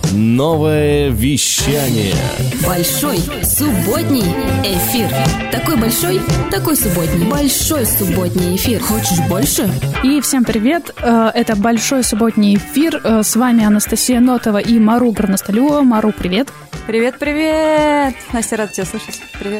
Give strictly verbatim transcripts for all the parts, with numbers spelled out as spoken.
Новое вещание. Большой субботний эфир. Такой большой, такой субботний. Большой субботний эфир. Хочешь больше? И всем привет. Это большой субботний эфир. С вами Анастасия Нотова и Мару Горностолюбова. Мару, привет. Привет-привет. Настя, рада тебя слышать. Привет.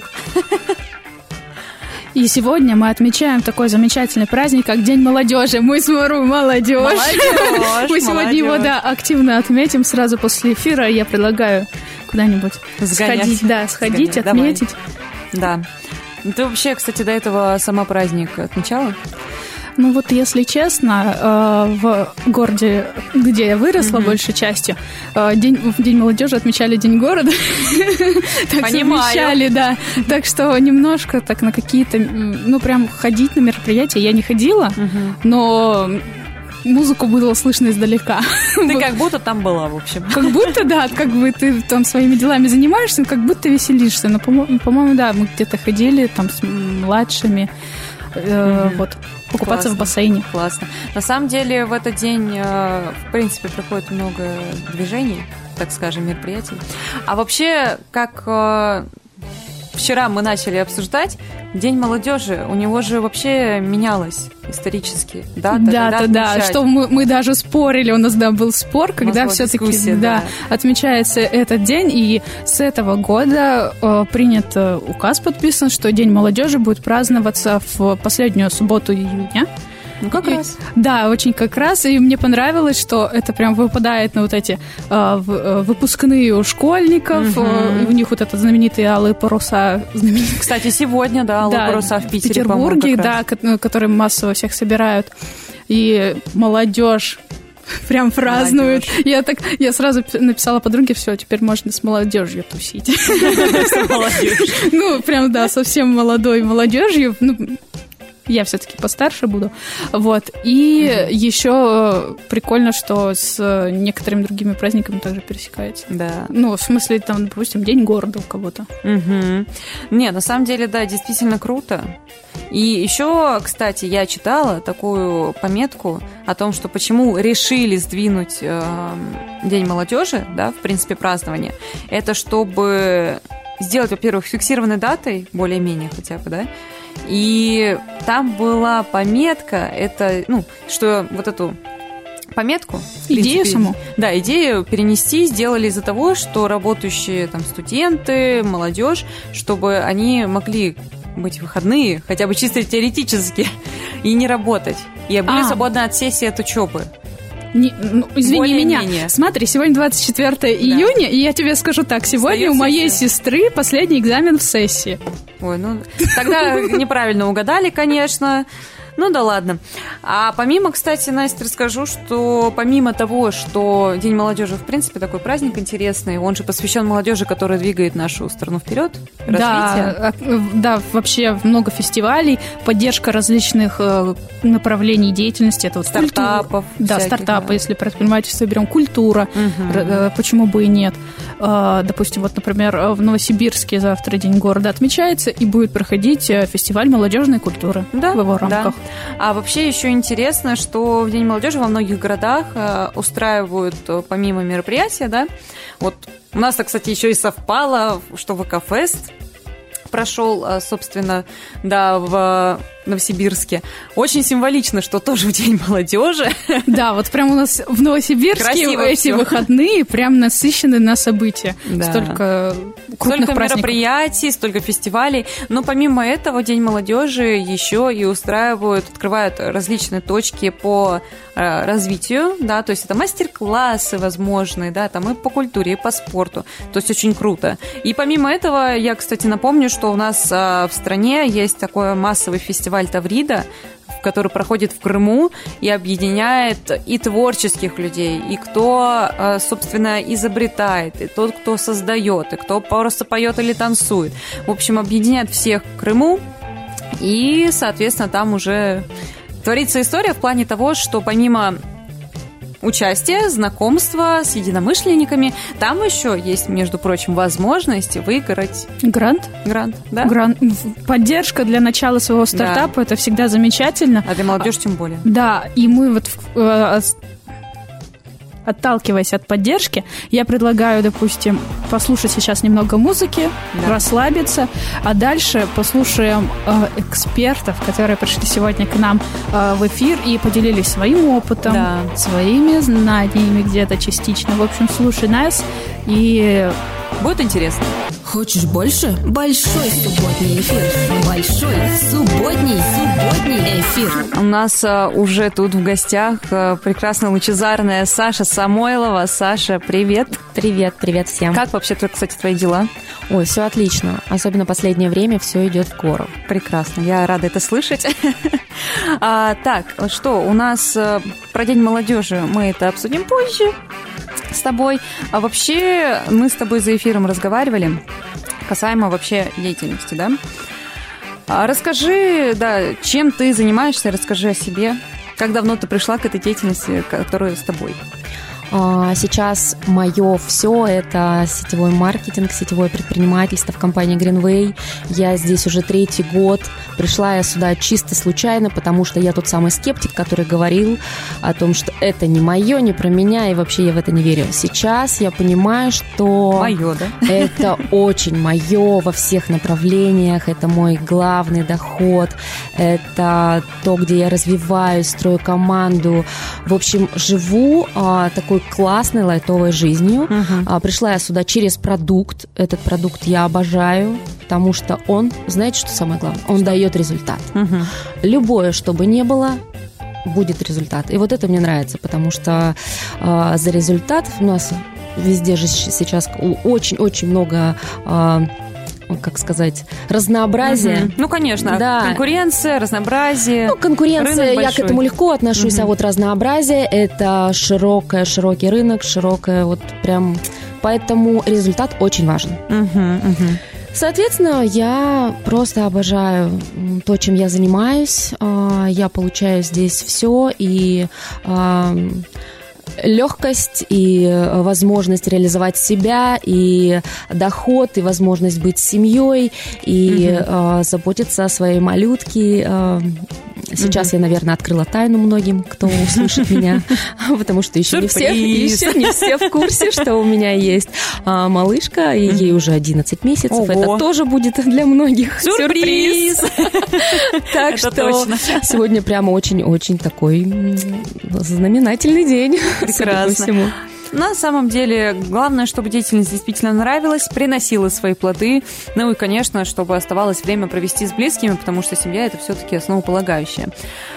И сегодня мы отмечаем такой замечательный праздник, как День молодежи. Мы с Мару молодежь. Молодежь. Мы сегодня его, да, активно отметим сразу после эфира. Я предлагаю куда-нибудь Сгонять. сходить, да, сходить, Сгонять. отметить. Давай. Да. Ты вообще, кстати, до этого сама праздник отмечала? Ну вот, если честно, в городе, где я выросла, mm-hmm. большей частью, день, в День молодежи отмечали День города. Так совмещали, да. Так что немножко так на какие-то, ну прям ходить на мероприятия я не ходила, но музыку было слышно издалека. Ты как будто там была, в общем. Как будто, да, как бы ты там своими делами занимаешься, как будто веселишься. Но, по-моему, да, мы где-то ходили там с младшими, mm-hmm. вот, покупаться Классно. В бассейне. Классно. На самом деле в этот день, в принципе, проходит много движений, так скажем, мероприятий. А вообще, как вчера мы начали обсуждать, День молодежи, у него же вообще менялось исторически. Да, да, да, да. Что мы, мы даже спорили, у нас, да, был спор, когда все-таки, да, да, отмечается этот день, и с этого года э, принят э, указ подписан, что День молодежи будет праздноваться в последнюю субботу июня. Ну, как и, раз. Да, очень как раз. И мне понравилось, что это прям выпадает на вот эти э, выпускные у школьников. Угу. Э, и у них вот этот знаменитый алые паруса. Знаменитый. Кстати, сегодня, да, алые да, паруса в Питере, в Петербурге, да, которые массово всех собирают. И молодежь прям празднуют. Я так, я сразу написала подруге, все, теперь можно с молодежью тусить. С молодежью. Ну, прям, да, совсем молодой молодежью. Ну, я все-таки постарше буду. Вот. И mm-hmm. еще прикольно, что с некоторыми другими праздниками также пересекается. Да. Ну, в смысле, там, допустим, День города у кого-то. Угу. Не, на самом деле, да, действительно круто. И еще, кстати, я читала такую пометку о том, что почему решили сдвинуть э, День молодежи, да, в принципе, празднование. Это чтобы сделать, во-первых, фиксированной датой, более-менее хотя бы, да, и там была пометка, это, ну, что вот эту пометку... Идею принципе, саму? Да, идею перенести сделали из-за того, что работающие там студенты, молодежь, чтобы они могли быть выходные, хотя бы чисто теоретически, и не работать. И были а. свободны от сессии, от учебы. Не, ну, извини Более меня. менее. Смотри, сегодня двадцать четвёртое июня, и я тебе скажу так, сегодня Остается у моей сессия. сестры последний экзамен в сессии. Ой, ну тогда неправильно угадали, конечно. Ну да ладно. А помимо, кстати, Настя, расскажу, что помимо того, что День молодежи, в принципе, такой праздник интересный, он же посвящен молодежи, которая двигает нашу страну вперед, да, развитие. Да, вообще много фестивалей, поддержка различных направлений деятельности. Это вот стартапов. Да, всяких, стартапы, да. Если предпринимательство берем, культура, угу. Почему бы и нет. Допустим, вот, например, в Новосибирске завтра День города отмечается, и будет проходить фестиваль молодежной культуры, да, в его рамках. Да. А вообще еще интересно, что в День молодежи во многих городах устраивают помимо мероприятия, да, вот у нас, кстати, еще и совпало, что ВК-фест прошел, собственно, да, в Новосибирске. Очень символично, что тоже в День молодежи. Да, вот прям у нас в Новосибирске красиво эти все. Выходные прям насыщены на события. Да. Столько крупных столько праздников. Мероприятий, столько фестивалей. Но помимо этого День молодежи еще и устраивают, открывают различные точки по э, развитию, да, то есть это мастер-классы возможные, да, там и по культуре, и по спорту. То есть очень круто. И помимо этого, я, кстати, напомню, что у нас э, в стране есть такой массовый фестиваль Таврида, который проходит в Крыму и объединяет и творческих людей, и кто, собственно, изобретает, и тот, кто создает, и кто просто поет или танцует. В общем, объединяет всех в Крыму, и, соответственно, там уже творится история в плане того, что помимо участие, знакомство с единомышленниками. Там еще есть, между прочим, возможность выиграть... Грант? Грант, да? Грант. Поддержка для начала своего стартапа, да. Это всегда замечательно. А для молодежи тем более. Да, и мы вот... отталкиваясь от поддержки, я предлагаю, допустим, послушать сейчас немного музыки, да. расслабиться, а дальше послушаем э, экспертов, которые пришли сегодня к нам э, в эфир и поделились своим опытом, да. своими знаниями где-то частично. В общем, слушай нас, и будет интересно. Хочешь больше? Большой субботний эфир. Большой субботний, субботний эфир. У нас а, уже тут в гостях а, прекрасно лучезарная Саша Самойлова. Саша, привет. Привет, привет всем. Как вообще, кстати, твои дела? Ой, все отлично. Особенно последнее время все идет в гору. Прекрасно, я рада это слышать. а, так, что, у нас а, про День молодежи мы это обсудим позже с тобой. А вообще мы с тобой за эфиром разговаривали касаемо вообще деятельности, да? А расскажи, да, чем ты занимаешься, расскажи о себе. Как давно ты пришла к этой деятельности, которая с тобой? Сейчас мое все – это сетевой маркетинг, сетевое предпринимательство в компании Greenway. Я здесь уже третий год. Пришла я сюда чисто случайно, потому что я тот самый скептик, который говорил о том, что это не мое, не про меня, и вообще я в это не верю. Сейчас я понимаю, что мое, да? это очень мое во всех направлениях. Это мой главный доход. Это то, где я развиваюсь, строю команду. В общем, живу а, такой классной лайтовой жизнью. Uh-huh. А, пришла я сюда через продукт. Этот продукт я обожаю, потому что он, знаете, что самое главное? Он что? Дает результат. Uh-huh. Любое, что бы ни было, будет результат. И вот это мне нравится, потому что а, за результат у нас везде же сейчас очень-очень много... А, как сказать, разнообразие. Угу. Ну, конечно, да. конкуренция, разнообразие. Ну, конкуренция, я к этому легко отношусь, угу. а вот разнообразие – это широкое, широкий рынок, широкое вот прям… Поэтому результат очень важен. Угу, угу. Соответственно, я просто обожаю то, чем я занимаюсь. Я получаю здесь все, и… легкость и возможность реализовать себя, и доход, и возможность быть семьей, и угу. э, заботиться о своей малютке. Э, сейчас угу. я, наверное, открыла тайну многим, кто услышит меня, потому что еще не все, еще не все в курсе, что у меня есть малышка, и ей уже одиннадцать месяцев. Это тоже будет для многих сюрприз. Так что сегодня прямо очень-очень такой знаменательный день. Прекрасно. На самом деле, главное, чтобы деятельность действительно нравилась, приносила свои плоды, ну и, конечно, чтобы оставалось время провести с близкими, потому что семья – это все-таки основополагающее.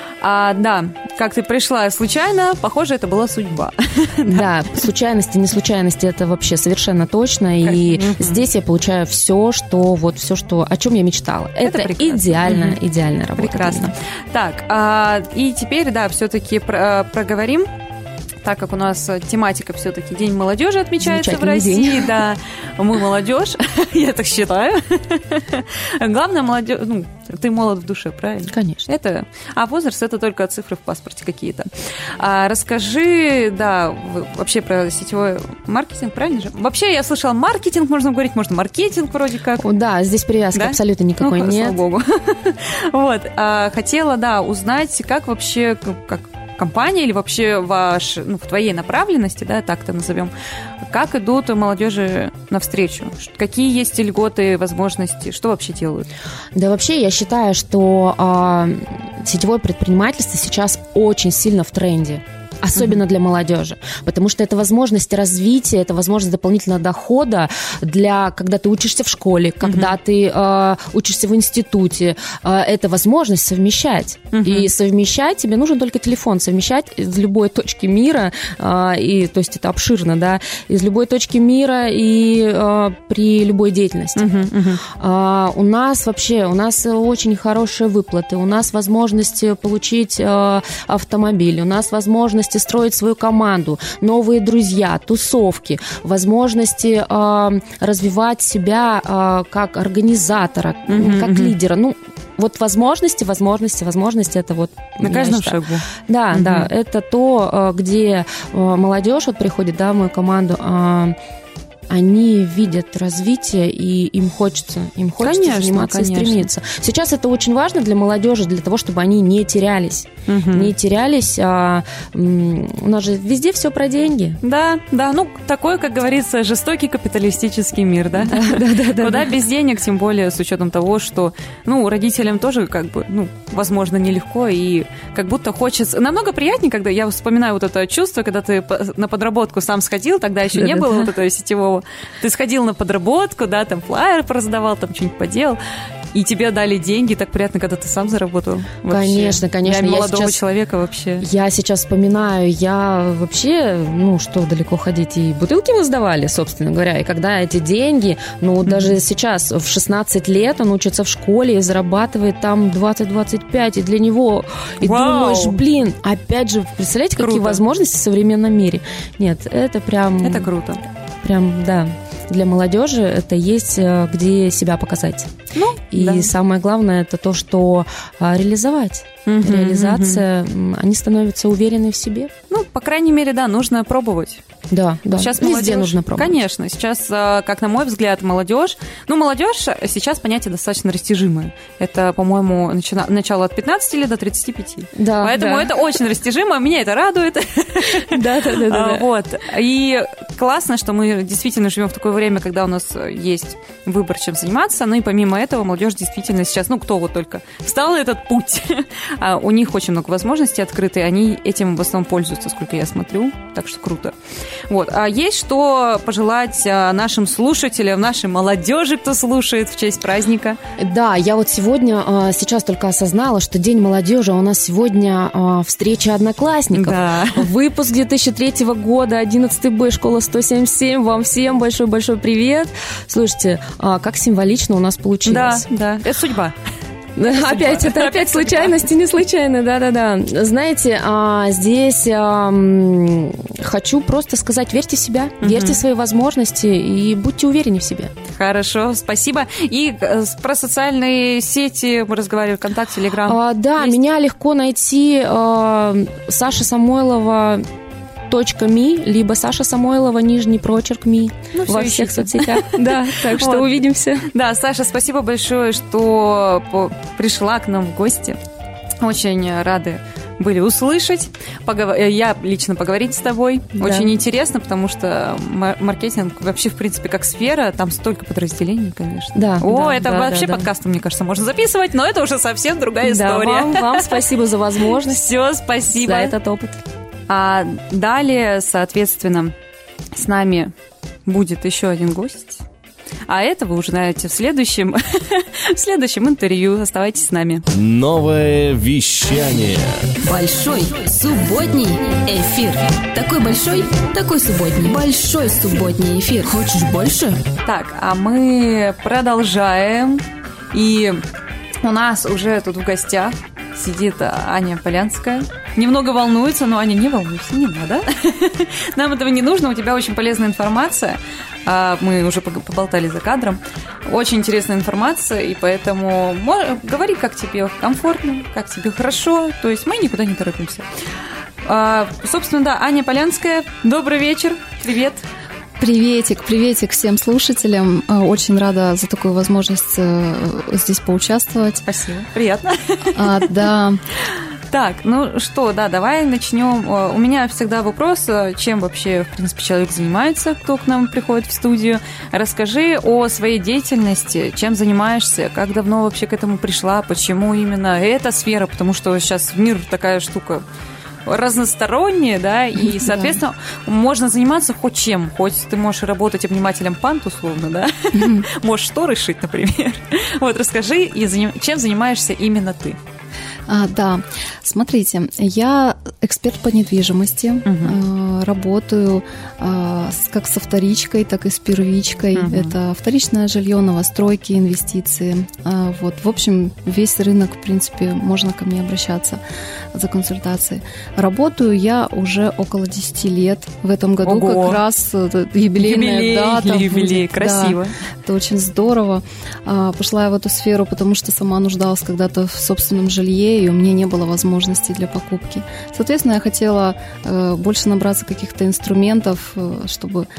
А, да, как ты пришла случайно, похоже, это была судьба. Да, случайности, не случайности, это вообще совершенно точно. И mm-hmm. здесь я получаю все, что вот все, что о чем я мечтала. Это, это идеально, mm-hmm. идеальная работа. Прекрасно. Так, а, и теперь, да, все-таки про, проговорим. Так как у нас тематика все-таки День молодежи отмечается в России, день. Да, мы молодежь, я так считаю. Главное, молодежь, ну, ты молод в душе, правильно? Конечно. Это, а возраст – это только цифры в паспорте какие-то. А расскажи, да, вообще про сетевой маркетинг, правильно же? Вообще, я слышала, маркетинг можно говорить, можно маркетинг вроде как. Да, здесь привязки да? абсолютно никакой ну, нет. Слава богу. Вот, а, хотела, да, узнать, как вообще, как компания или вообще ваш, ну, в твоей направленности, да, так-то назовем, как идут молодежи навстречу? Какие есть льготы, возможности? Что вообще делают? Да вообще я считаю, что э, сетевое предпринимательство сейчас очень сильно в тренде. Особенно mm-hmm. для молодежи, потому что это возможность развития, это возможность дополнительного дохода для, когда ты учишься в школе, когда mm-hmm. ты э, учишься в институте, э, это возможность совмещать. Mm-hmm. И совмещать тебе нужен только телефон, совмещать из любой точки мира, э, и, то есть это обширно, да, из любой точки мира и э, при любой деятельности. Mm-hmm. Mm-hmm. Э, у нас вообще, у нас очень хорошие выплаты, у нас возможность получить э, автомобиль, у нас возможность строить свою команду, новые друзья, тусовки, возможности э, развивать себя э, как организатора, mm-hmm, как mm-hmm. лидера. Ну, вот возможности, возможности, возможности, это вот... На каждом шагу. Да, mm-hmm. да, это то, где молодежь вот приходит, да, в мою команду, они видят развитие, и им хочется, им хочется конечно, заниматься конечно. и стремиться. Сейчас это очень важно для молодежи, для того, чтобы они не терялись. Угу. Не терялись. А, у нас же везде все про деньги. Да, да, ну, такой, как говорится, жестокий капиталистический мир, да? Да, да, да. да Куда да. без денег, тем более с учетом того, что, ну, родителям тоже, как бы, ну, возможно, нелегко, и как будто хочется... Намного приятнее, когда я вспоминаю вот это чувство, когда ты на подработку сам сходил, тогда еще да, не да, было да. вот этого сетевого. Ты сходил на подработку, да, там флаер пораздавал, там что-нибудь поделал, и тебе дали деньги, так приятно, когда ты сам заработал. Вообще. Конечно, конечно. Для молодого я сейчас, человека вообще. Я сейчас вспоминаю, я вообще, ну, что далеко ходить, и бутылки мы сдавали, собственно говоря, и когда эти деньги, ну, mm-hmm. даже сейчас в шестнадцать лет он учится в школе и зарабатывает там двадцать-двадцать пять, и для него, и Вау. думаешь, блин, опять же, представляете, круто. Какие возможности в современном мире? Нет, это прям... Это круто. Прям, да. Для молодежи это есть где себя показать. Ну, и да. самое главное это то, что а, реализовать. Uh-huh, Реализация, uh-huh. они становятся уверены в себе. Ну, по крайней мере, да, нужно пробовать. Да, да. Сейчас везде молодежь, нужно пробовать. Конечно, сейчас, как на мой взгляд, молодежь, ну, молодежь сейчас понятие достаточно растяжимое. Это, по-моему, начина, начало от пятнадцати лет до тридцати пяти. Да, Поэтому да. это очень растяжимо, меня это радует. Да, да, да, да. Вот. И классно, что мы действительно живем в такое время, когда у нас есть выбор, чем заниматься. Ну и помимо этого, молодежь действительно сейчас, ну, кто вот только встал на этот путь, у них очень много возможностей открыты, они этим в основном пользуются, сколько я смотрю, так что круто. Вот. А есть что пожелать нашим слушателям, нашей молодежи, кто слушает в честь праздника? Да, я вот сегодня, сейчас только осознала, что День молодежи, у нас сегодня встреча одноклассников. Да. Выпуск две тысячи третьего года, одиннадцатый Б, школа сто семьдесят семь. Вам всем большой-большой привет. Слушайте, как символично у нас получилось. Да, да. Это судьба. Опять, это опять случайности, не случайно, да-да-да. Знаете, а, здесь а, хочу просто сказать, верьте в себя, угу. верьте в свои возможности и будьте уверены в себе. Хорошо, спасибо. И про социальные сети мы разговаривали, ВКонтакте, Телеграм. А, да, есть? Меня легко найти, а, Саша Самойлова, точка ми, либо Саша Самойлова, нижний прочерк ми, ну, во всех ищите. Соцсетях. Да, так что увидимся. Да, Саша, спасибо большое, что пришла к нам в гости. Очень рады были услышать. Я лично поговорить с тобой. Очень интересно, потому что маркетинг вообще, в принципе, как сфера, там столько подразделений, конечно. Да. О, это вообще подкасты, мне кажется, можно записывать, но это уже совсем другая история. Вам спасибо за возможность. Все, спасибо. За этот опыт. А далее, соответственно, с нами будет еще один гость. А это вы уже знаете в следующем, в следующем интервью. Оставайтесь с нами. Новое вещание. Большой субботний эфир. Такой большой, такой субботний. Большой субботний эфир. Хочешь больше? Так, а мы продолжаем. И у нас уже тут в гостях сидит Аня Полянская. Немного волнуется, но, Аня, не волнуйся, не надо. Нам этого не нужно, у тебя очень полезная информация. Мы уже поболтали за кадром. Очень интересная информация, и поэтому говори, как тебе комфортно, как тебе хорошо. То есть мы никуда не торопимся. Собственно, да, Аня Полянская, добрый вечер, привет. Приветик, приветик всем слушателям. Очень рада за такую возможность здесь поучаствовать. Спасибо, приятно. А, да. Так, ну что, да, давай начнем. У меня всегда вопрос, чем вообще, в принципе, человек занимается, кто к нам приходит в студию. Расскажи о своей деятельности, чем занимаешься, как давно вообще к этому пришла, почему именно эта сфера, потому что сейчас мир такая штука разносторонние, да, и, соответственно, да. можно заниматься хоть чем, хоть ты можешь работать обнимателем пант, условно, да, mm-hmm. можешь шторы шить, например. Вот, расскажи, и заним... чем занимаешься именно ты? А, да, смотрите, я эксперт по недвижимости, uh-huh. работаю как со вторичкой, так и с первичкой. Uh-huh. Это вторичное жилье, новостройки, инвестиции. Вот, в общем, весь рынок, в принципе, можно ко мне обращаться за консультацией. Работаю я уже около десяти лет. В этом году Ого. Как раз юбилейная юбилей, дата. Юбилей, будет. Красиво. Да, это очень здорово. Пошла я в эту сферу, потому что сама нуждалась когда-то в собственном жилье, и у меня не было возможности для покупки. Соответственно, я хотела больше набраться каких-то инструментов, чтобы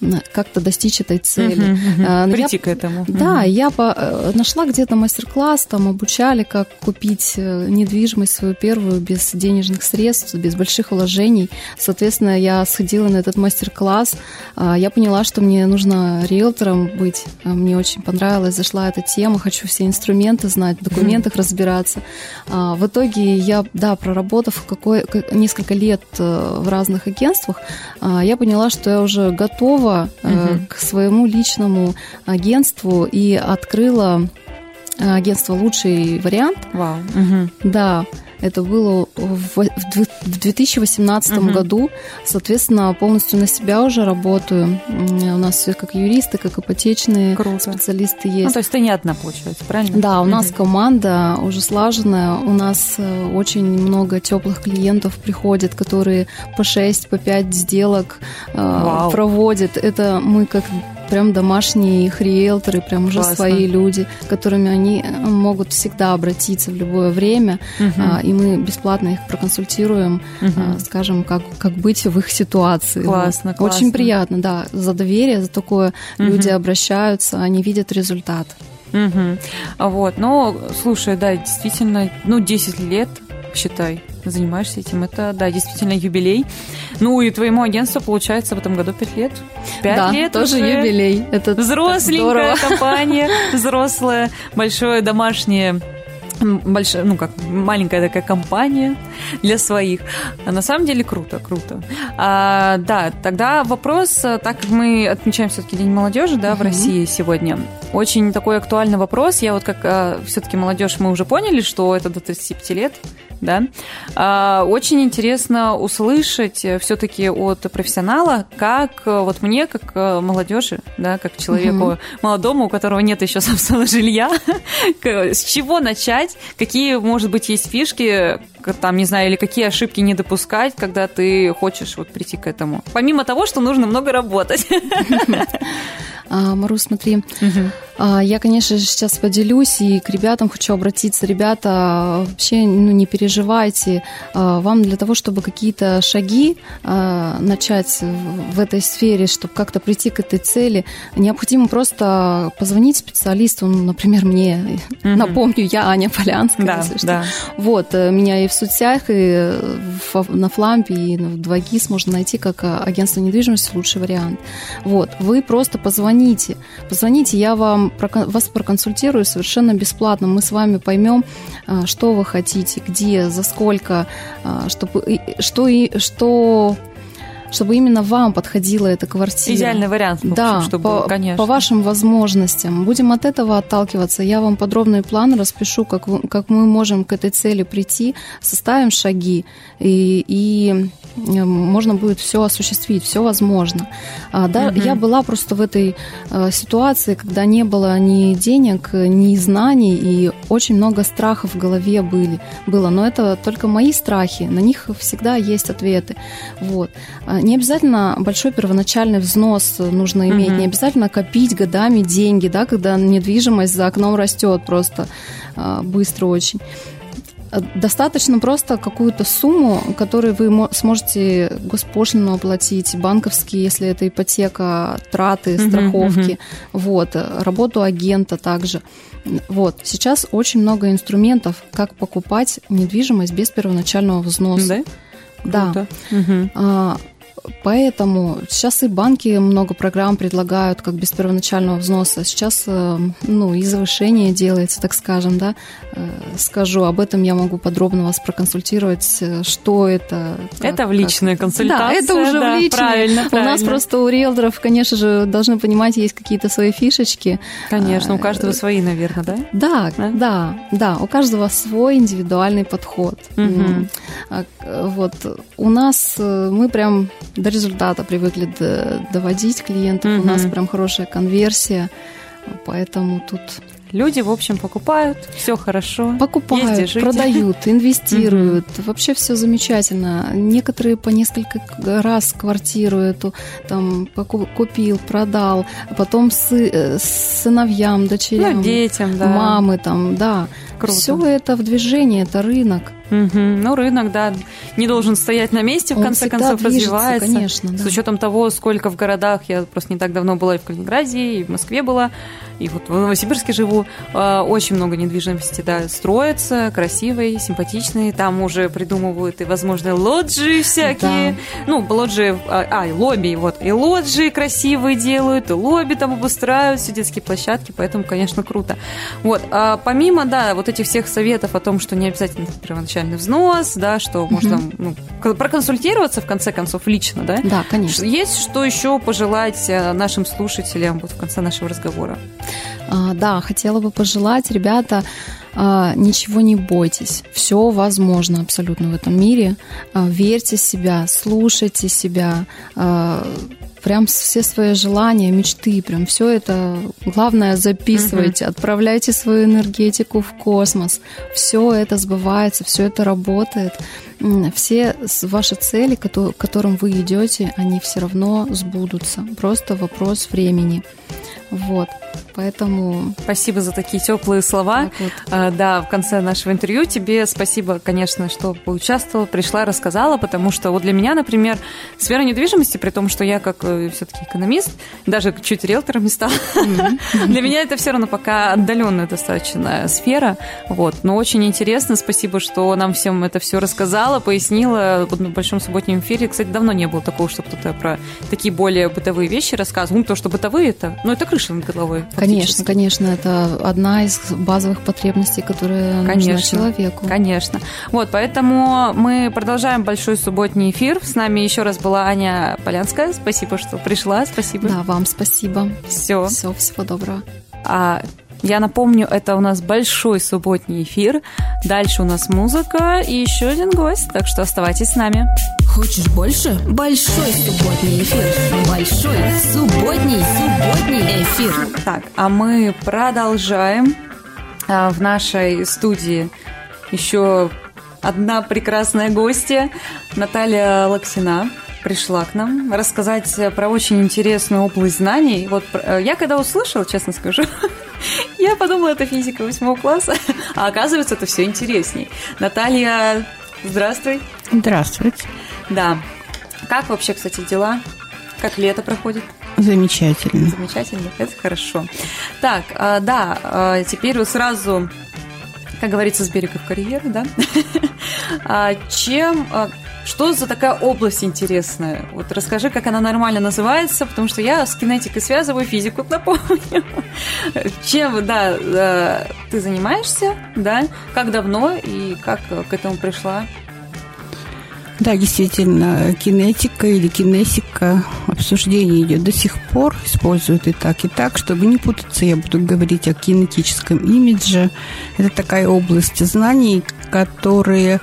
как-то достичь этой цели. Угу, угу. Прийти я, к этому. Да, угу. я по, нашла где-то мастер-класс, там обучали, как купить недвижимость свою первую без денежных средств, без больших вложений. Соответственно, я сходила на этот мастер-класс. Я поняла, что мне нужно риэлтором быть. Мне очень понравилось, зашла эта тема, хочу все инструменты знать, в документах разбираться. В итоге я, да, проработав какой, несколько лет в разных агентствах, я поняла, что я уже готова uh-huh. к своему личному агентству и открыла агентство «Лучший вариант». Вау. Uh-huh. Да. Это было в две тысячи восемнадцатом uh-huh. году. Соответственно, полностью на себя уже работаю. У нас все как юристы, как ипотечные Круто. Специалисты есть. Ну, то есть ты не одна, получается, правильно? Да, у uh-huh. нас команда уже слаженная. У нас очень много теплых клиентов приходит, которые по шесть, по пять сделок Вау. Проводят. Это мы как прям домашние их риэлторы, прям уже Классно. Свои люди, к которыми они могут всегда обратиться в любое время, uh-huh. и мы бесплатно их проконсультируем, uh-huh. скажем, как, как быть в их ситуации. Классно, вот. классно. Очень приятно, да, за доверие, за такое uh-huh. люди обращаются, они видят результат. Uh-huh. Вот, ну, слушай, да, действительно, ну, десять лет, считай, занимаешься этим. Это, да, действительно юбилей. Ну, и твоему агентству, получается, в этом году пять лет. Пять да, лет тоже уже. Юбилей. Это взросленькая компания, взрослая, большое домашнее, большая, ну, как маленькая такая компания для своих. А на самом деле круто, круто. А, да, тогда вопрос, так как мы отмечаем все-таки День молодежи, да, uh-huh. в России сегодня, очень такой актуальный вопрос. Я вот как а, все-таки молодежь, мы уже поняли, что это до тридцати пяти лет, да. А, очень интересно услышать все-таки от профессионала, как вот мне, как молодежи, да, как человеку uh-huh. молодому, у которого нет еще собственного жилья, с чего начать, какие, может быть, есть фишки, там, не знаю, или какие ошибки не допускать, когда ты хочешь вот прийти к этому. Помимо того, что нужно много работать. Мару, смотри, угу. я, конечно же, сейчас поделюсь и к ребятам хочу обратиться. Ребята, вообще ну, не переживайте. Вам для того, чтобы какие-то шаги начать в этой сфере, чтобы как-то прийти к этой цели, необходимо просто позвонить специалисту, ну, например, мне. Угу. Напомню, я Аня Полянская. Да, да. Вот, меня и в соцсетях, и на Флампе, и в два гис можно найти как агентство недвижимости «Лучший вариант». Вот, вы просто позвоните. Позвоните, позвоните, я вам, вас проконсультирую совершенно бесплатно. Мы с вами поймем, что вы хотите, где, за сколько, чтобы, что, что, чтобы именно вам подходила эта квартира. Идеальный вариант, да, чтобы, по, конечно. по вашим возможностям. Будем от этого отталкиваться. Я вам подробный план распишу, как, вы, как мы можем к этой цели прийти, составим шаги, и, и можно будет все осуществить, все возможно. А, да, угу. Я была просто в этой а, ситуации, когда не было ни денег, ни знаний, и очень много страхов в голове были, было. Но это только мои страхи, на них всегда есть ответы. Вот. А, не обязательно большой первоначальный взнос нужно иметь, угу. не обязательно копить годами деньги, да, когда недвижимость за окном растет просто а, быстро очень. Достаточно просто какую-то сумму, которую вы сможете госпошлину оплатить, банковские, если это ипотека, траты, страховки, uh-huh, uh-huh. вот, работу агента также. Вот. Сейчас очень много инструментов, как покупать недвижимость без первоначального взноса. Да? Да. Uh-huh. А, поэтому сейчас и банки много программ предлагают, как без первоначального взноса. Сейчас, ну, и завышение делается, так скажем, да. Скажу, об этом я могу подробно вас проконсультировать, что это. Как, это в личную как... консультацию. Да, это уже да, в личную. Правильно, правильно. У нас просто у риэлторов, конечно же, должны понимать, есть какие-то свои фишечки. Конечно, у каждого свои, наверное, да? Да, да, да, да, у каждого свой индивидуальный подход. Угу. Вот у нас мы прям до результата привыкли доводить клиентов, угу. у нас прям хорошая конверсия, поэтому тут люди, в общем, покупают, все хорошо. Покупают, продают, инвестируют. Вообще все замечательно. Некоторые по несколько раз квартиру эту там купил, продал, а потом сы, сыновьям, дочерям, ну, детям, да. мамы там, да. Круто. Все это в движении, это рынок. Угу. Ну, рынок, да, не должен стоять на месте, в Он конце концов, движется, развивается. Конечно, да. С учетом того, сколько в городах, я просто не так давно была и в Калининграде, и в Москве была, и вот в Новосибирске живу, очень много недвижимости, да, строится, красивой, симпатичной, там уже придумывают и, возможно, лоджии всякие, да. ну, лоджии, а, и лобби, вот, и лоджии красивые делают, и лобби там обустраивают, все детские площадки, поэтому, конечно, круто. Вот, а помимо, да, вот этих всех советов о том, что не обязательно первоначальный взнос, да, что угу. можно ну, проконсультироваться, в конце концов, лично, да? Да, конечно. Есть что еще пожелать нашим слушателям вот в конце нашего разговора? А, да, хотела бы пожелать, ребята, а, ничего не бойтесь. Все возможно абсолютно в этом мире. А, верьте в себя, слушайте себя, а, прям все свои желания, мечты, прям все это, главное, записывайте, uh-huh. отправляйте свою энергетику в космос. Все это сбывается, все это работает. Все ваши цели, к которым вы идете, они все равно сбудутся. Просто вопрос времени. Вот, поэтому... Спасибо за такие теплые слова. Вот. А, да, в конце нашего интервью тебе спасибо, конечно, что поучаствовала, пришла, рассказала, потому что вот для меня, например, сфера недвижимости, при том, что я как все-таки экономист, даже чуть риэлтором не стала, mm-hmm. для меня это все равно пока отдаленная достаточно сфера, вот, но очень интересно, спасибо, что нам всем это все рассказала, пояснила вот на большом субботнем эфире. Кстати, давно не было такого, чтобы кто-то про такие более бытовые вещи рассказывал, ну, то, что бытовые это, ну, это крыша над головой. Конечно, конечно, это одна из базовых потребностей, которая конечно, нужна человеку. Конечно. Вот, поэтому мы продолжаем большой субботний эфир. С нами еще раз была Аня Полянская. Спасибо, что пришла. Спасибо. Да, вам спасибо. Все. Все, всего доброго. А я напомню, это у нас большой субботний эфир. Дальше у нас музыка и еще один гость, так что оставайтесь с нами. Хочешь больше? Большой субботний эфир. Большой субботний, субботний эфир. Так, а мы продолжаем. В нашей студии еще одна прекрасная гостья, Наталья Локсина, пришла к нам рассказать про очень интересную область знаний. Вот я когда услышала, честно скажу, я подумала, это физика восьмого класса, а оказывается, это все интересней. Наталья, здравствуй. Здравствуйте. Да. Как вообще, кстати, дела? Как лето проходит? Замечательно. Замечательно, это хорошо. Так, да, теперь вот сразу, как говорится, с берега в карьеру, да? Чем... Что за такая область интересная? Вот расскажи, как она нормально называется, потому что я с кинетикой связываю физику, напомню. Чем, да, ты занимаешься, да? Как давно и как к этому пришла? Да, действительно, кинетика или кинесика, обсуждение идет до сих пор, используют и так, и так. Чтобы не путаться, я буду говорить о кинетическом имидже. Это такая область знаний, которые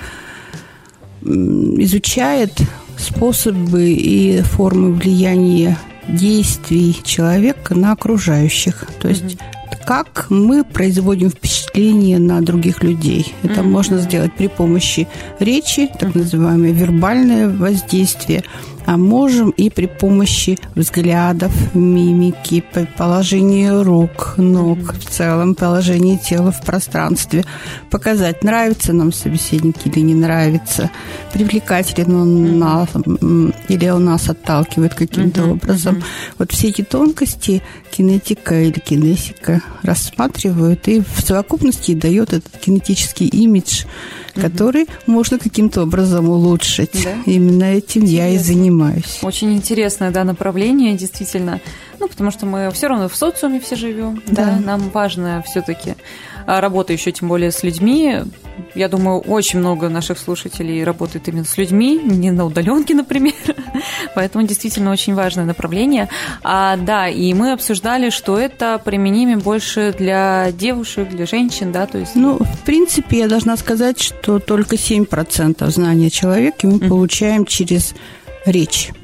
изучает способы и формы влияния действий человека на окружающих. То есть mm-hmm. как мы производим впечатление на других людей. Это mm-hmm. можно сделать при помощи речи, так mm-hmm. называемое вербальное воздействие, а можем и при помощи взглядов, мимики, положения рук, ног, mm-hmm. в целом положение тела в пространстве. Показать, нравится нам собеседник или не нравится, привлекателен он mm-hmm. нас, или он нас отталкивает каким-то mm-hmm. образом. Mm-hmm. Вот все эти тонкости кинетика или кинесика рассматривают и в совокупности дает этот кинетический имидж, mm-hmm. который можно каким-то образом улучшить. Да? Именно этим Интересно. я и занимаюсь. Очень интересное, да, направление, действительно. Ну, потому что мы все равно в социуме все живем, да. да, нам важно все-таки работа еще тем более с людьми. Я думаю, очень много наших слушателей работает именно с людьми, не на удаленке, например. Поэтому действительно очень важное направление. А, да, и мы обсуждали, что это применимо больше для девушек, для женщин, да, то есть... Ну, в принципе, я должна сказать, что только семь процентов знания человека мы mm-hmm. получаем через речь.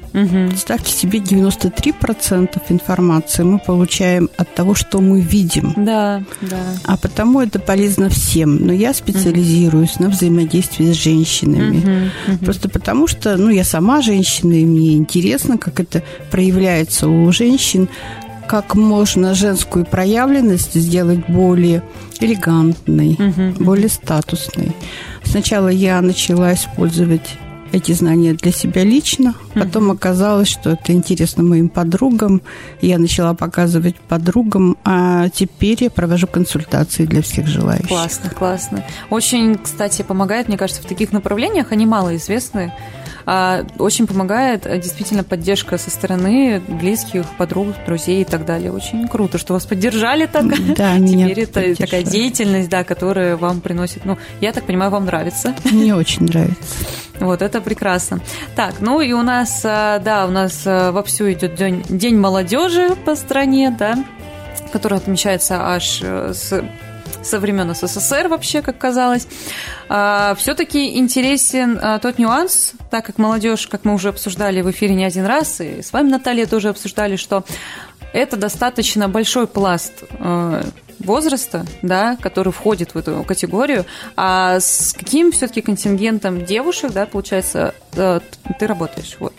Угу. Представьте себе, девяносто три процента информации мы получаем от того, что мы видим. Да, да. А потому это полезно всем. Но я специализируюсь угу. на взаимодействии с женщинами. Угу, угу. Просто потому что, ну, я сама женщина, и мне интересно, как это проявляется у женщин, как можно женскую проявленность сделать более элегантной, угу. более статусной. Сначала я начала использовать эти знания для себя лично, потом uh-huh. оказалось, что это интересно моим подругам. Я начала показывать подругам, а теперь я провожу консультации для всех желающих. Классно, классно. Очень, кстати, помогает, мне кажется, в таких направлениях, они малоизвестны. Очень помогает действительно поддержка со стороны близких, подруг, друзей и так далее. Очень круто, что вас поддержали так. Да, теперь это такая деятельность, да, которая вам приносит, ну, я так понимаю, вам нравится. Мне очень нравится. Вот, это прекрасно. Так, ну и у нас, да, у нас вовсю идет день, день молодежи по стране, да, который отмечается аж с... со времен СССР вообще, как казалось. А, все-таки интересен а, тот нюанс, так как молодежь, как мы уже обсуждали в эфире не один раз, и с вами, Наталья, тоже обсуждали, что это достаточно большой пласт а, возраста, да, который входит в эту категорию. А с каким все-таки контингентом девушек, да, получается, а, ты работаешь? Вот.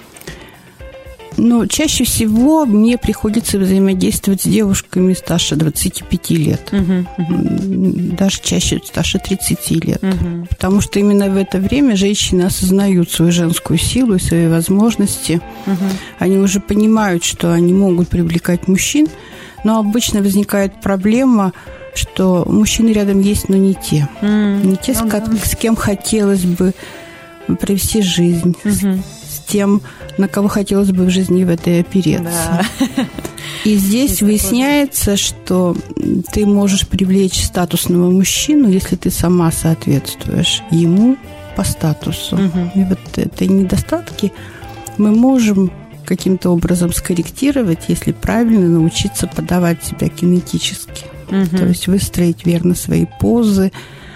Но чаще всего мне приходится взаимодействовать с девушками старше двадцати пяти лет. Uh-huh, uh-huh. Даже чаще старше тридцати лет. Uh-huh. Потому что именно в это время женщины осознают свою женскую силу и свои возможности. Uh-huh. Они уже понимают, что они могут привлекать мужчин, но обычно возникает проблема, что мужчины рядом есть, но не те. Uh-huh. Не те, uh-huh. с, как, с кем хотелось бы провести жизнь. Uh-huh. Тем, на кого хотелось бы в жизни в этой опереться. Да. И здесь выясняется, что ты можешь привлечь статусного мужчину, если ты сама соответствуешь ему по статусу. Угу. И вот эти недостатки мы можем каким-то образом скорректировать, если правильно научиться подавать себя кинетически. Угу. То есть выстроить верно свои позы,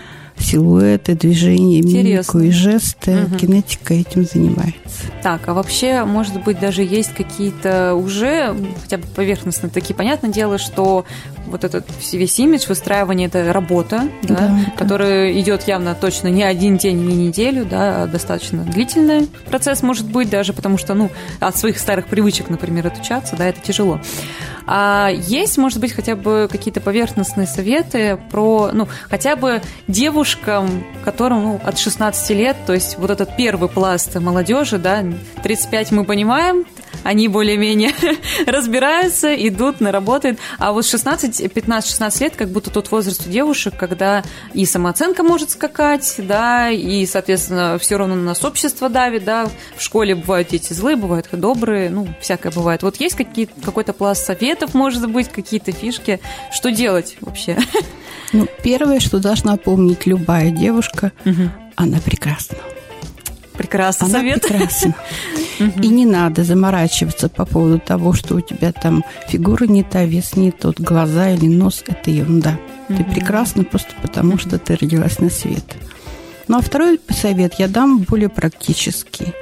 силуэты, движения, мимику и жесты. Угу. Кинетика этим занимается. Так, а вообще, может быть, даже есть какие-то уже, хотя бы поверхностно такие, понятное дело, что вот этот весь имидж, выстраивание – это работа, да, да, которая да. идет явно точно не один день, не неделю, да, а достаточно длительный процесс может быть, даже потому что, ну, от своих старых привычек, например, отучаться, да, это тяжело. А есть, может быть, хотя бы какие-то поверхностные советы про, ну, хотя бы девушкам, которым, ну, от шестнадцати лет, то есть вот этот первый пласт молодежи, да, тридцать пять мы понимаем, они более-менее разбираются, идут, наработают, а вот шестнадцать, пятнадцать шестнадцать лет, как будто тот возраст у девушек, когда и самооценка может скакать, да, и, соответственно, все равно на нас общество давит, да, в школе бывают дети злые, бывают добрые, ну, всякое бывает. Вот есть какие-то, какой-то пласт советов, может быть, какие-то фишки, что делать вообще? Ну, первое, что должна помнить любая девушка, угу. она прекрасна. Прекрасный Она совет. прекрасна. И не надо заморачиваться по поводу того, что у тебя там фигура не та, вес не тот, глаза или нос – это ерунда. Ты прекрасна просто потому, что ты родилась на свет. Ну, а второй совет я дам более практический.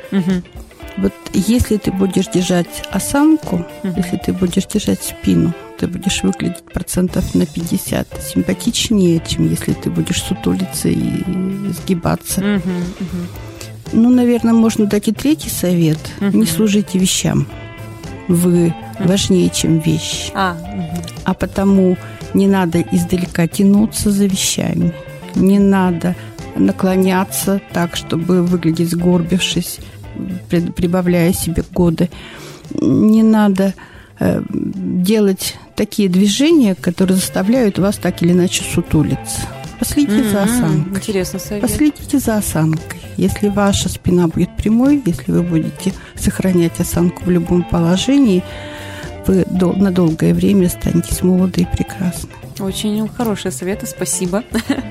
Вот если ты будешь держать осанку, если ты будешь держать спину, ты будешь выглядеть процентов на пятьдесят симпатичнее, чем если ты будешь сутулиться и сгибаться. Uh-huh, uh-huh. Ну, наверное, можно дать и третий совет. Uh-huh. Не служите вещам. Вы uh-huh. важнее, чем вещь. Ah, uh-huh. А потому не надо издалека тянуться за вещами. Не надо наклоняться так, чтобы выглядеть сгорбившись, прибавляя себе годы. Не надо э, делать такие движения, которые заставляют вас так или иначе сутулиться. Последите mm-hmm. за осанкой. Интересный совет. Последите за осанкой. Если ваша спина будет прямой, если вы будете сохранять осанку в любом положении, вы дол- на долгое время станете молоды и прекрасны. Очень хорошие советы, спасибо.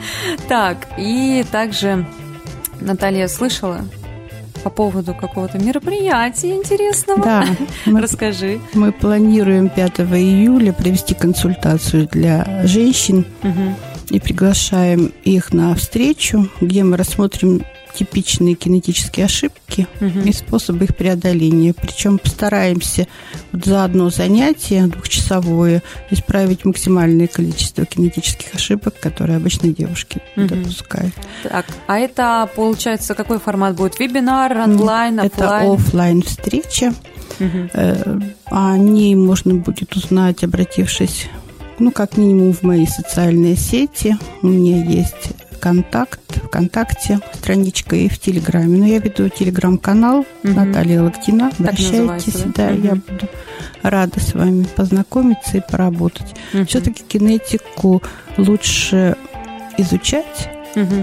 Так, и также Наталья слышала по поводу какого-то мероприятия интересного. Да. Мы, Расскажи. Мы планируем пятого июля провести консультацию для женщин. Угу. и приглашаем их на встречу, где мы рассмотрим типичные кинетические ошибки угу. и способы их преодоления. Причем постараемся вот за одно занятие двухчасовое исправить максимальное количество кинетических ошибок, которые обычно девушки угу. допускают. Так, а это, получается, какой формат будет? Вебинар, онлайн, офлайн? Это офлайн встреча. Угу. О ней можно будет узнать, обратившись, ну, как минимум, в мои социальные сети. У меня есть контакт ВКонтакте, страничка и в Телеграме. Но я веду телеграм-канал угу. Наталья Локтина. Обращайтесь, да, да угу. я буду рада с вами познакомиться и поработать. Угу. Все-таки кинетику лучше изучать. Угу.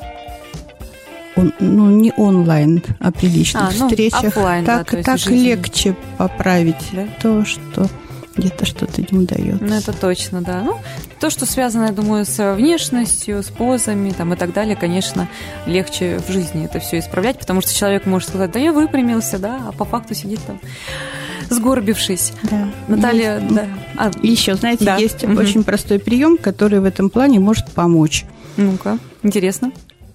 Он, ну, не онлайн, а при личных а, ну, встречах. Оффлайн, так да, так легче поправить да? то, что где-то что-то не удается. Ну, это точно, да. Ну, то, что связано, я думаю, с внешностью, с позами там, и так далее, конечно, легче в жизни это все исправлять, потому что человек может сказать, да я выпрямился, да, а по факту сидит там сгорбившись. Да. Наталья, есть, да. А, еще, знаете, да. есть угу. очень простой прием, который в этом плане может помочь. Ну-ка, интересно.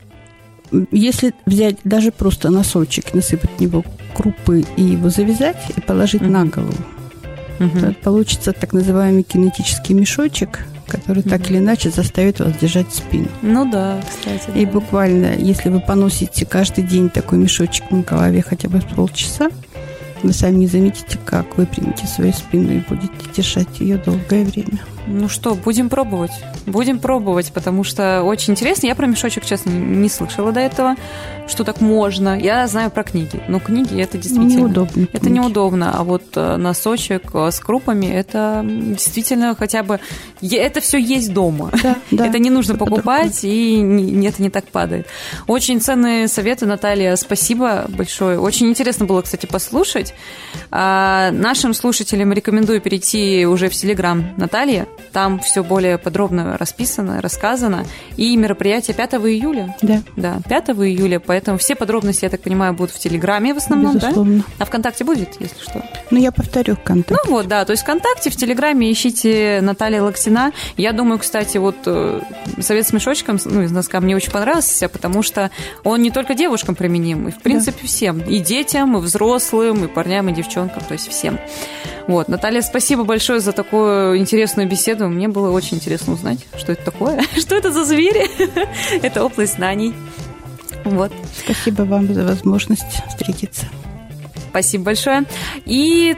Если взять даже просто носочек, насыпать в него крупы и его завязать, и положить угу. на голову, угу. то получится так называемый кинетический мешочек, который угу. так или иначе заставит вас держать спину. Ну да, кстати. И да. буквально, если вы поносите каждый день такой мешочек на голове хотя бы полчаса, вы сами не заметите, как выпрямите свою спину и будете держать ее долгое время. Ну что, будем пробовать. Будем пробовать, потому что очень интересно. Я про мешочек, честно, не слышала до этого, что так можно. Я знаю про книги, но книги это действительно... Неудобно. Это книги. Неудобно, а вот носочек с крупами, это действительно хотя бы... Это все есть дома. Да, да, это не нужно покупать, и не, это не так падает. Очень ценные советы, Наталья, спасибо большое. Очень интересно было, кстати, послушать. А, нашим слушателям рекомендую перейти уже в Телеграм Натальи. Там все более подробно расписано, рассказано. И мероприятие пятого июля. Да. Да, пятого июля. Поэтому все подробности, я так понимаю, будут в Телеграме в основном, безусловно. Да? А ВКонтакте будет, если что? Ну, я повторю ВКонтакте. Ну вот, да. То есть ВКонтакте, в Телеграме ищите Наталья Локтина. Я думаю, кстати, вот совет с мешочком, ну, из носка мне очень понравился, потому что он не только девушкам применим, и, в принципе, да. всем. И детям, и взрослым, и парням, и девчонкам, то есть всем. Вот, Наталья, спасибо большое за такую интересную беседу. Мне было очень интересно узнать, что это такое, что это за звери. Это область знаний. Вот. Спасибо вам за возможность встретиться. Спасибо большое. И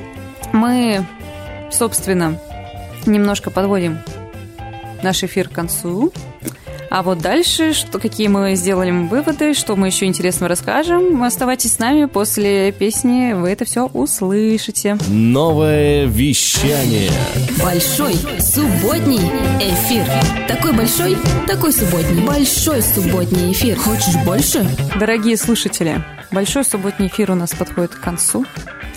мы, собственно, немножко подводим наш эфир к концу. А вот дальше, что, какие мы сделали выводы, что мы еще интересного расскажем, оставайтесь с нами, после песни вы это все услышите. Новое вещание. Большой субботний эфир. Такой большой, такой субботний. Большой субботний эфир. Хочешь больше? Дорогие слушатели, большой субботний эфир у нас подходит к концу.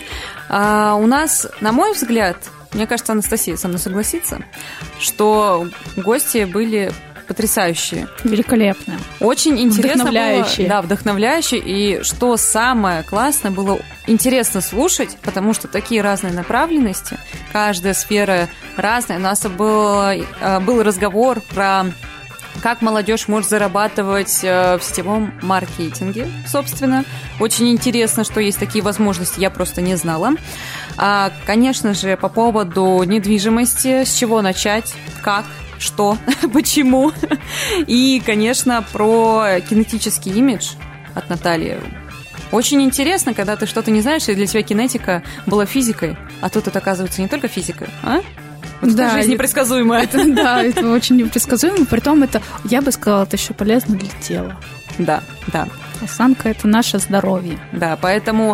А у нас, на мой взгляд, мне кажется, Анастасия со мной согласится, что гости были... потрясающие. Великолепные. Очень интересно вдохновляющие. было. Да, вдохновляющие. И что самое классное, было интересно слушать, потому что такие разные направленности, каждая сфера разная. У нас был, был разговор про как молодежь может зарабатывать в сетевом маркетинге, собственно. Очень интересно, что есть такие возможности, я просто не знала. А, конечно же, по поводу недвижимости, с чего начать, как, что, почему. И, конечно, про кинетический имидж от Натальи. Очень интересно, когда ты что-то не знаешь, и для тебя кинетика была физикой, а тут это, оказывается, не только физика, а? Вот да, жизнь непредсказуемая. Это, да, это очень непредсказуемо. Притом это, я бы сказала, это еще полезно для тела. Да, да. Осанка – это наше здоровье. Да, поэтому,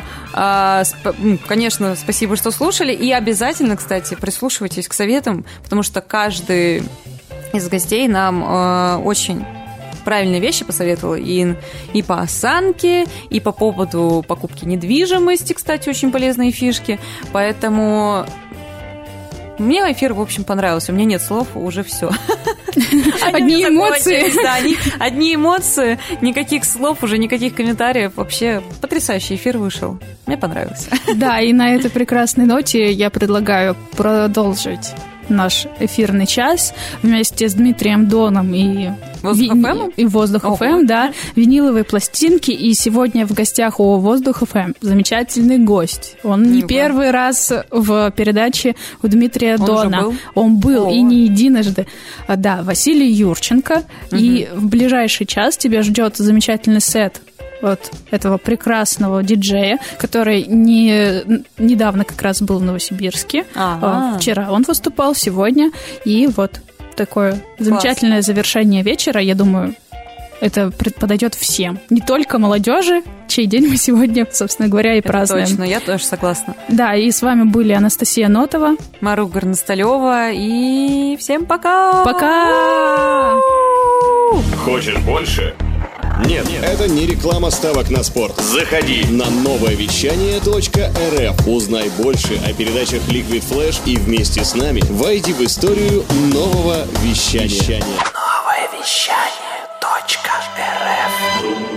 конечно, спасибо, что слушали. И обязательно, кстати, прислушивайтесь к советам, потому что каждый из гостей нам очень правильные вещи посоветовала. И, и по осанке, и по поводу покупки недвижимости, кстати, очень полезные фишки. Поэтому... Мне эфир, в общем, понравился. У меня нет слов, уже все. Одни эмоции. Да, одни эмоции, никаких слов, уже никаких комментариев. Вообще потрясающий эфир вышел. Мне понравился. Да, и на этой прекрасной ноте я предлагаю продолжить наш эфирный час вместе с Дмитрием Доном и Воздух эф эм? И Воздух эф эм, да, виниловые пластинки. И сегодня в гостях у Воздух эф эм замечательный гость. Он не Его. первый раз в передаче у Дмитрия Он Дона. Был? Он был О. и не единожды. Да, Василий Юрченко. Угу. И в ближайший час тебя ждет замечательный сет от этого прекрасного диджея, который не, недавно как раз был в Новосибирске. Ага. Вчера он выступал, сегодня. И вот такое замечательное Класс. завершение вечера. Я думаю, это подойдет всем. Не только молодежи, чей день мы сегодня, собственно говоря, и это празднуем. Точно, я тоже согласна. Да, и с вами были Анастасия Нотова, Марук Горносталева, и всем пока! Пока! Хочешь больше? Нет, нет, это не реклама ставок на спорт. Заходи на новое вещание точка эр эф. Узнай больше о передачах Liquid Flash и вместе с нами войди в историю нового вещания. Новое вещание точка эр эф.